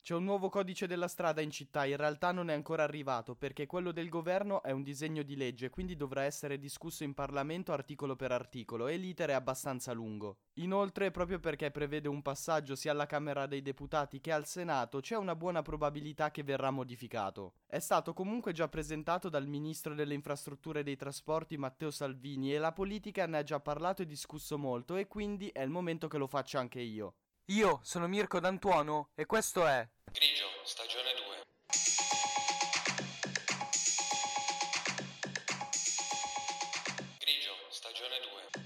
C'è un nuovo codice della strada in città, in realtà non è ancora arrivato perché quello del governo è un disegno di legge, quindi dovrà essere discusso in Parlamento articolo per articolo e l'iter è abbastanza lungo. Inoltre, proprio perché prevede un passaggio sia alla Camera dei Deputati che al Senato, c'è una buona probabilità che verrà modificato. È stato comunque già presentato dal ministro delle infrastrutture e dei trasporti Matteo Salvini e la politica ne ha già parlato e discusso molto e quindi è il momento che lo faccia anche io. Io sono Mirko D'Antuono e questo è Grigio, stagione 2. Grigio, stagione 2.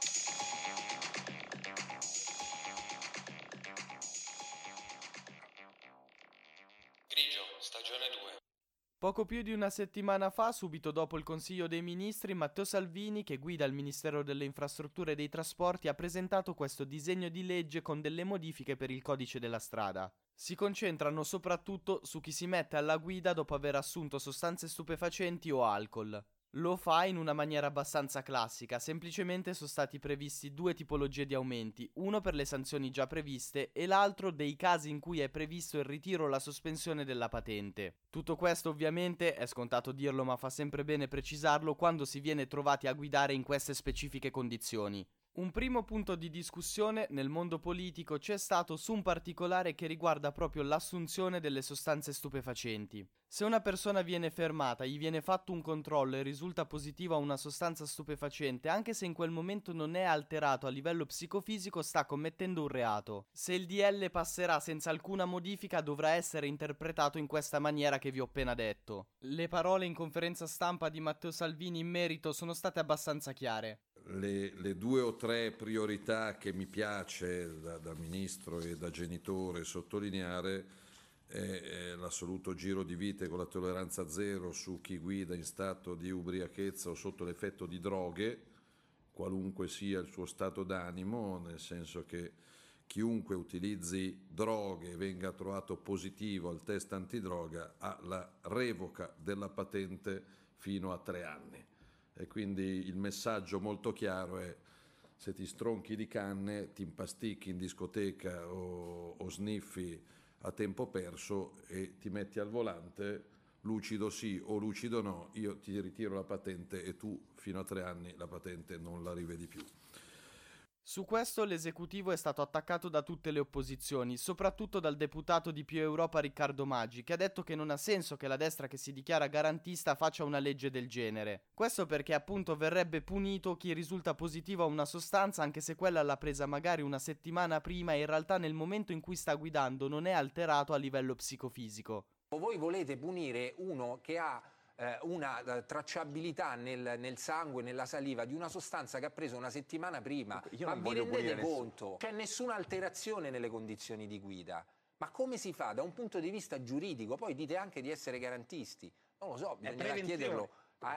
Grigio, stagione 2. Poco più di una settimana fa, subito dopo il Consiglio dei Ministri, Matteo Salvini, che guida il Ministero delle Infrastrutture e dei Trasporti, ha presentato questo disegno di legge con delle modifiche per il codice della strada. Si concentrano soprattutto su chi si mette alla guida dopo aver assunto sostanze stupefacenti o alcol. Lo fa in una maniera abbastanza classica, semplicemente sono stati previsti due tipologie di aumenti, uno per le sanzioni già previste e l'altro dei casi in cui è previsto il ritiro o la sospensione della patente. Tutto questo ovviamente, è scontato dirlo ma fa sempre bene precisarlo, quando si viene trovati a guidare in queste specifiche condizioni. Un primo punto di discussione nel mondo politico c'è stato su un particolare che riguarda proprio l'assunzione delle sostanze stupefacenti. Se una persona viene fermata, gli viene fatto un controllo e risulta positiva a una sostanza stupefacente, anche se in quel momento non è alterato a livello psicofisico, sta commettendo un reato. Se il DL passerà senza alcuna modifica, dovrà essere interpretato in questa maniera che vi ho appena detto. Le parole in conferenza stampa di Matteo Salvini in merito sono state abbastanza chiare. Le due o tre priorità che mi piace da ministro e da genitore sottolineare è l'assoluto giro di vite con la tolleranza zero su chi guida in stato di ubriachezza o sotto l'effetto di droghe, qualunque sia il suo stato d'animo, nel senso che chiunque utilizzi droghe e venga trovato positivo al test antidroga ha la revoca della patente fino a 3 anni. E quindi il messaggio molto chiaro è: se ti stronchi di canne, ti impasticchi in discoteca o sniffi a tempo perso e ti metti al volante, lucido sì o lucido no, io ti ritiro la patente e tu fino a 3 anni la patente non la rivedi più. Su questo l'esecutivo è stato attaccato da tutte le opposizioni, soprattutto dal deputato di Più Europa Riccardo Maggi, che ha detto che non ha senso che la destra che si dichiara garantista faccia una legge del genere. Questo perché appunto verrebbe punito chi risulta positivo a una sostanza anche se quella l'ha presa magari una settimana prima e in realtà nel momento in cui sta guidando non è alterato a livello psicofisico. Voi volete punire uno che ha una tracciabilità nel sangue, nella saliva di una sostanza che ha preso una settimana prima. Ma vi rendete conto? C'è nessuna alterazione nelle condizioni di guida. Ma come si fa da un punto di vista giuridico? Poi dite anche di essere garantisti. Non lo so, bisognerà chiederlo.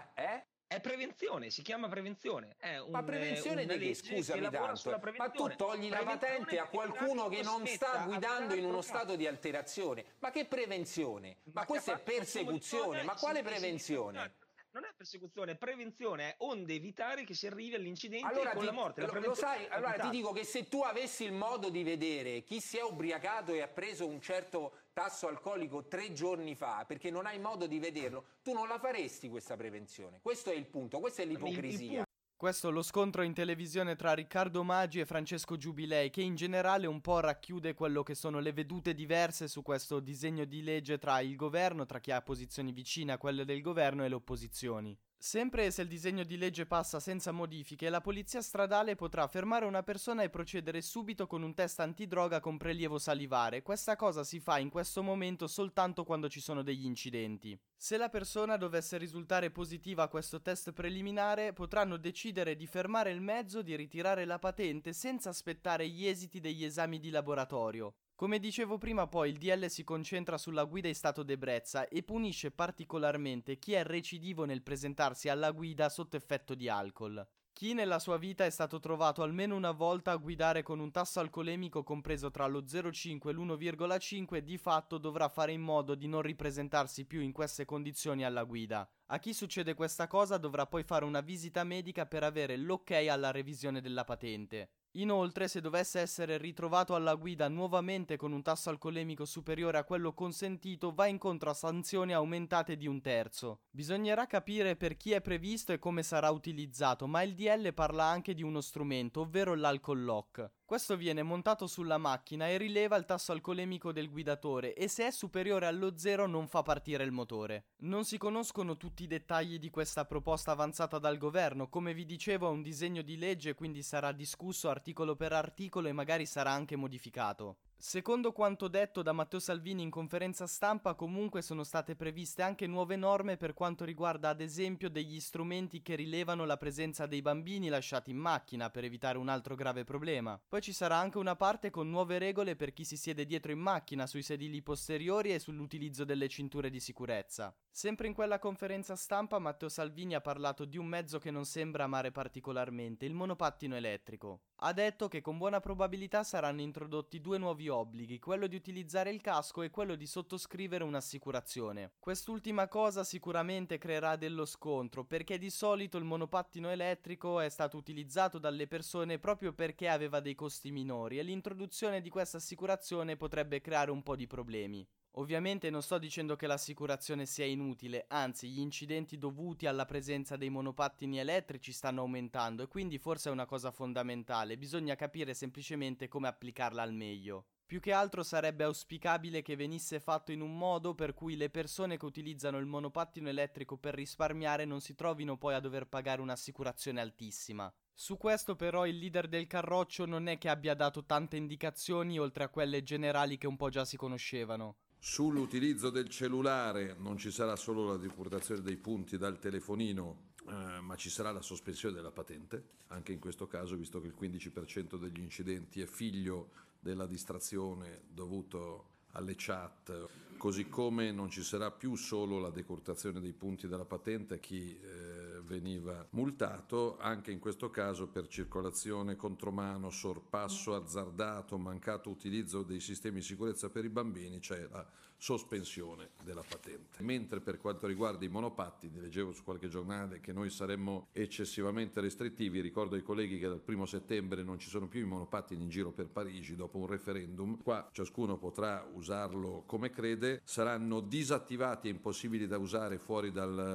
È prevenzione, si chiama prevenzione. Ma prevenzione di che? Scusami tanto. Ma tu togli la patente a qualcuno che non sta guidando in uno stato di alterazione. Ma che prevenzione? Ma questa è persecuzione. Ma quale prevenzione? Non è persecuzione, è prevenzione, è onde evitare che si arrivi all'incidente con la morte. Lo sai, allora ti dico che se tu avessi il modo di vedere chi si è ubriacato e ha preso un certo tasso alcolico 3 giorni fa, perché non hai modo di vederlo, tu non la faresti questa prevenzione. Questo è il punto, questa è l'ipocrisia. Questo è lo scontro in televisione tra Riccardo Maggi e Francesco Giubilei, che in generale un po' racchiude quello che sono le vedute diverse su questo disegno di legge tra il governo, tra chi ha posizioni vicine a quelle del governo e le opposizioni. Sempre se il disegno di legge passa senza modifiche, la polizia stradale potrà fermare una persona e procedere subito con un test antidroga con prelievo salivare. Questa cosa si fa in questo momento soltanto quando ci sono degli incidenti. Se la persona dovesse risultare positiva a questo test preliminare, potranno decidere di fermare il mezzo, di ritirare la patente senza aspettare gli esiti degli esami di laboratorio. Come dicevo prima, poi il DL si concentra sulla guida in stato d'ebbrezza e punisce particolarmente chi è recidivo nel presentarsi alla guida sotto effetto di alcol. Chi nella sua vita è stato trovato almeno una volta a guidare con un tasso alcolemico compreso tra lo 0,5 e l'1,5 di fatto dovrà fare in modo di non ripresentarsi più in queste condizioni alla guida. A chi succede questa cosa dovrà poi fare una visita medica per avere l'ok alla revisione della patente. Inoltre, se dovesse essere ritrovato alla guida nuovamente con un tasso alcolemico superiore a quello consentito, va incontro a sanzioni aumentate di 1/3. Bisognerà capire per chi è previsto e come sarà utilizzato, ma il DL parla anche di uno strumento, ovvero l'alcol lock. Questo viene montato sulla macchina e rileva il tasso alcolemico del guidatore e se è superiore allo 0 non fa partire il motore. Non si conoscono tutti i dettagli di questa proposta avanzata dal governo, come vi dicevo è un disegno di legge quindi sarà discusso articolo per articolo e magari sarà anche modificato. Secondo quanto detto da Matteo Salvini in conferenza stampa, comunque sono state previste anche nuove norme per quanto riguarda ad esempio degli strumenti che rilevano la presenza dei bambini lasciati in macchina per evitare un altro grave problema. Poi ci sarà anche una parte con nuove regole per chi si siede dietro in macchina, sui sedili posteriori e sull'utilizzo delle cinture di sicurezza. Sempre in quella conferenza stampa Matteo Salvini ha parlato di un mezzo che non sembra amare particolarmente, il monopattino elettrico. Ha detto che con buona probabilità saranno introdotti 2 nuovi obblighi, quello di utilizzare il casco e quello di sottoscrivere un'assicurazione. Quest'ultima cosa sicuramente creerà dello scontro, perché di solito il monopattino elettrico è stato utilizzato dalle persone proprio perché aveva dei costi minori e l'introduzione di questa assicurazione potrebbe creare un po' di problemi. Ovviamente non sto dicendo che l'assicurazione sia inutile, anzi gli incidenti dovuti alla presenza dei monopattini elettrici stanno aumentando e quindi forse è una cosa fondamentale, bisogna capire semplicemente come applicarla al meglio. Più che altro sarebbe auspicabile che venisse fatto in un modo per cui le persone che utilizzano il monopattino elettrico per risparmiare non si trovino poi a dover pagare un'assicurazione altissima. Su questo però il leader del Carroccio non è che abbia dato tante indicazioni oltre a quelle generali che un po' già si conoscevano. Sull'utilizzo del cellulare non ci sarà solo la decurtazione dei punti dal telefonino, ma ci sarà la sospensione della patente, anche in questo caso, visto che il 15% degli incidenti è figlio della distrazione dovuto alle chat, così come non ci sarà più solo la decurtazione dei punti della patente a chi veniva multato, anche in questo caso per circolazione contromano, sorpasso azzardato, mancato utilizzo dei sistemi di sicurezza per i bambini, c'è la sospensione della patente. Mentre per quanto riguarda i monopattini, leggevo su qualche giornale che noi saremmo eccessivamente restrittivi, ricordo ai colleghi che dal 1 settembre non ci sono più i monopattini in giro per Parigi dopo un referendum, qua ciascuno potrà usarlo come crede, saranno disattivati e impossibili da usare fuori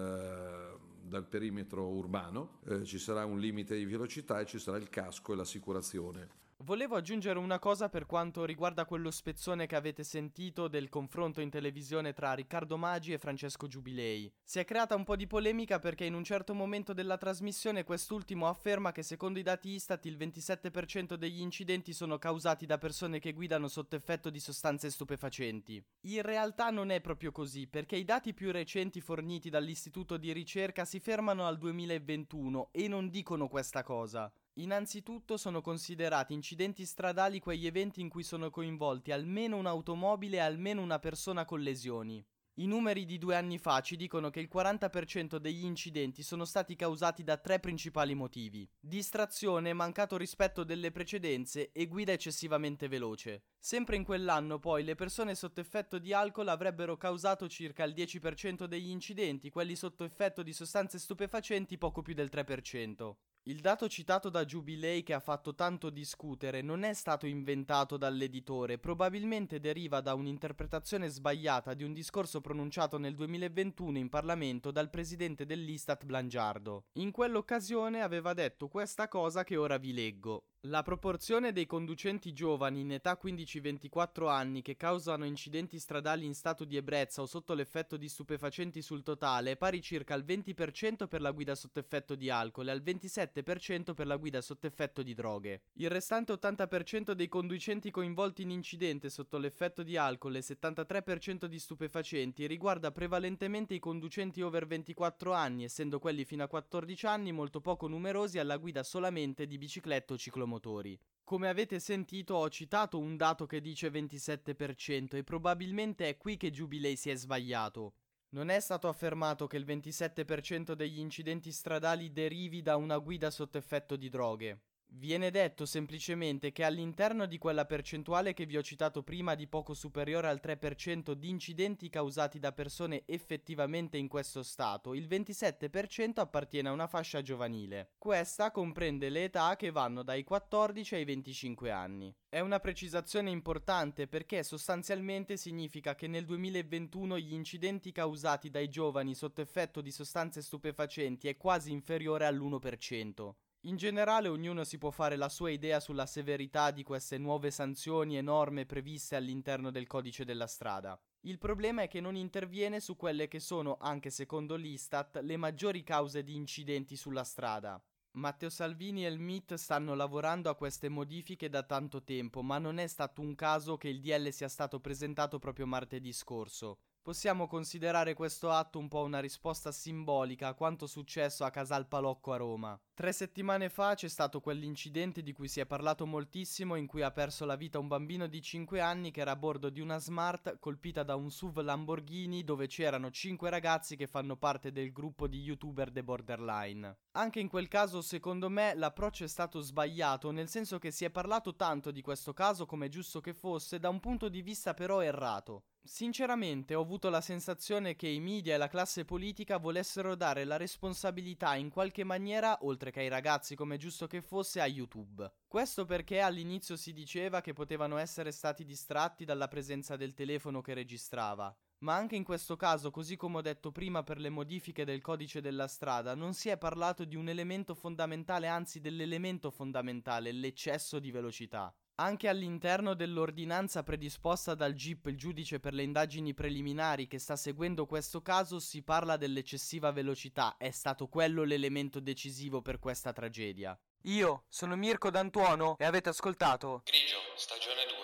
dal perimetro urbano, ci sarà un limite di velocità e ci sarà il casco e l'assicurazione. Volevo aggiungere una cosa per quanto riguarda quello spezzone che avete sentito del confronto in televisione tra Riccardo Maggi e Francesco Giubilei. Si è creata un po' di polemica perché in un certo momento della trasmissione quest'ultimo afferma che secondo i dati Istat il 27% degli incidenti sono causati da persone che guidano sotto effetto di sostanze stupefacenti. In realtà non è proprio così, perché i dati più recenti forniti dall'istituto di ricerca si fermano al 2021 e non dicono questa cosa. Innanzitutto sono considerati incidenti stradali quegli eventi in cui sono coinvolti almeno un'automobile e almeno una persona con lesioni. I numeri di 2 anni fa ci dicono che il 40% degli incidenti sono stati causati da 3 principali motivi: distrazione, mancato rispetto delle precedenze e guida eccessivamente veloce. Sempre in quell'anno poi le persone sotto effetto di alcol avrebbero causato circa il 10% degli incidenti, quelli sotto effetto di sostanze stupefacenti poco più del 3%. Il dato citato da Giubilei che ha fatto tanto discutere non è stato inventato dall'editore, probabilmente deriva da un'interpretazione sbagliata di un discorso pronunciato nel 2021 in Parlamento dal presidente dell'Istat Blangiardo. In quell'occasione aveva detto questa cosa che ora vi leggo. La proporzione dei conducenti giovani in età 15-24 anni che causano incidenti stradali in stato di ebbrezza o sotto l'effetto di stupefacenti sul totale è pari circa al 20% per la guida sotto effetto di alcol e al 27% per la guida sotto effetto di droghe. Il restante 80% dei conducenti coinvolti in incidente sotto l'effetto di alcol e 73% di stupefacenti riguarda prevalentemente i conducenti over 24 anni, essendo quelli fino a 14 anni molto poco numerosi alla guida solamente di biciclette o ciclomotori. Come avete sentito ho citato un dato che dice 27% e probabilmente è qui che Giubilei si è sbagliato. Non è stato affermato che il 27% degli incidenti stradali derivi da una guida sotto effetto di droghe. Viene detto semplicemente che all'interno di quella percentuale che vi ho citato prima di poco superiore al 3% di incidenti causati da persone effettivamente in questo stato, il 27% appartiene a una fascia giovanile. Questa comprende le età che vanno dai 14 ai 25 anni. È una precisazione importante perché sostanzialmente significa che nel 2021 gli incidenti causati dai giovani sotto effetto di sostanze stupefacenti è quasi inferiore all'1%. In generale ognuno si può fare la sua idea sulla severità di queste nuove sanzioni e norme previste all'interno del codice della strada. Il problema è che non interviene su quelle che sono, anche secondo l'Istat, le maggiori cause di incidenti sulla strada. Matteo Salvini e il MIT stanno lavorando a queste modifiche da tanto tempo, ma non è stato un caso che il DL sia stato presentato proprio martedì scorso. Possiamo considerare questo atto un po' una risposta simbolica a quanto successo a Casal Palocco a Roma. 3 settimane fa c'è stato quell'incidente di cui si è parlato moltissimo, in cui ha perso la vita un bambino di 5 anni che era a bordo di una Smart colpita da un SUV Lamborghini dove c'erano 5 ragazzi che fanno parte del gruppo di YouTuber The Borderline. Anche in quel caso, secondo me, l'approccio è stato sbagliato, nel senso che si è parlato tanto di questo caso, come è giusto che fosse, da un punto di vista però errato. Sinceramente ho avuto la sensazione che i media e la classe politica volessero dare la responsabilità in qualche maniera, oltre che ai ragazzi come è giusto che fosse, a YouTube. Questo perché all'inizio si diceva che potevano essere stati distratti dalla presenza del telefono che registrava. Ma anche in questo caso, così come ho detto prima per le modifiche del codice della strada, non si è parlato di un elemento fondamentale, anzi dell'elemento fondamentale, l'eccesso di velocità. Anche all'interno dell'ordinanza predisposta dal GIP, il giudice per le indagini preliminari che sta seguendo questo caso, si parla dell'eccessiva velocità. È stato quello l'elemento decisivo per questa tragedia. Io sono Mirko D'Antuono e avete ascoltato Grigio, stagione 2.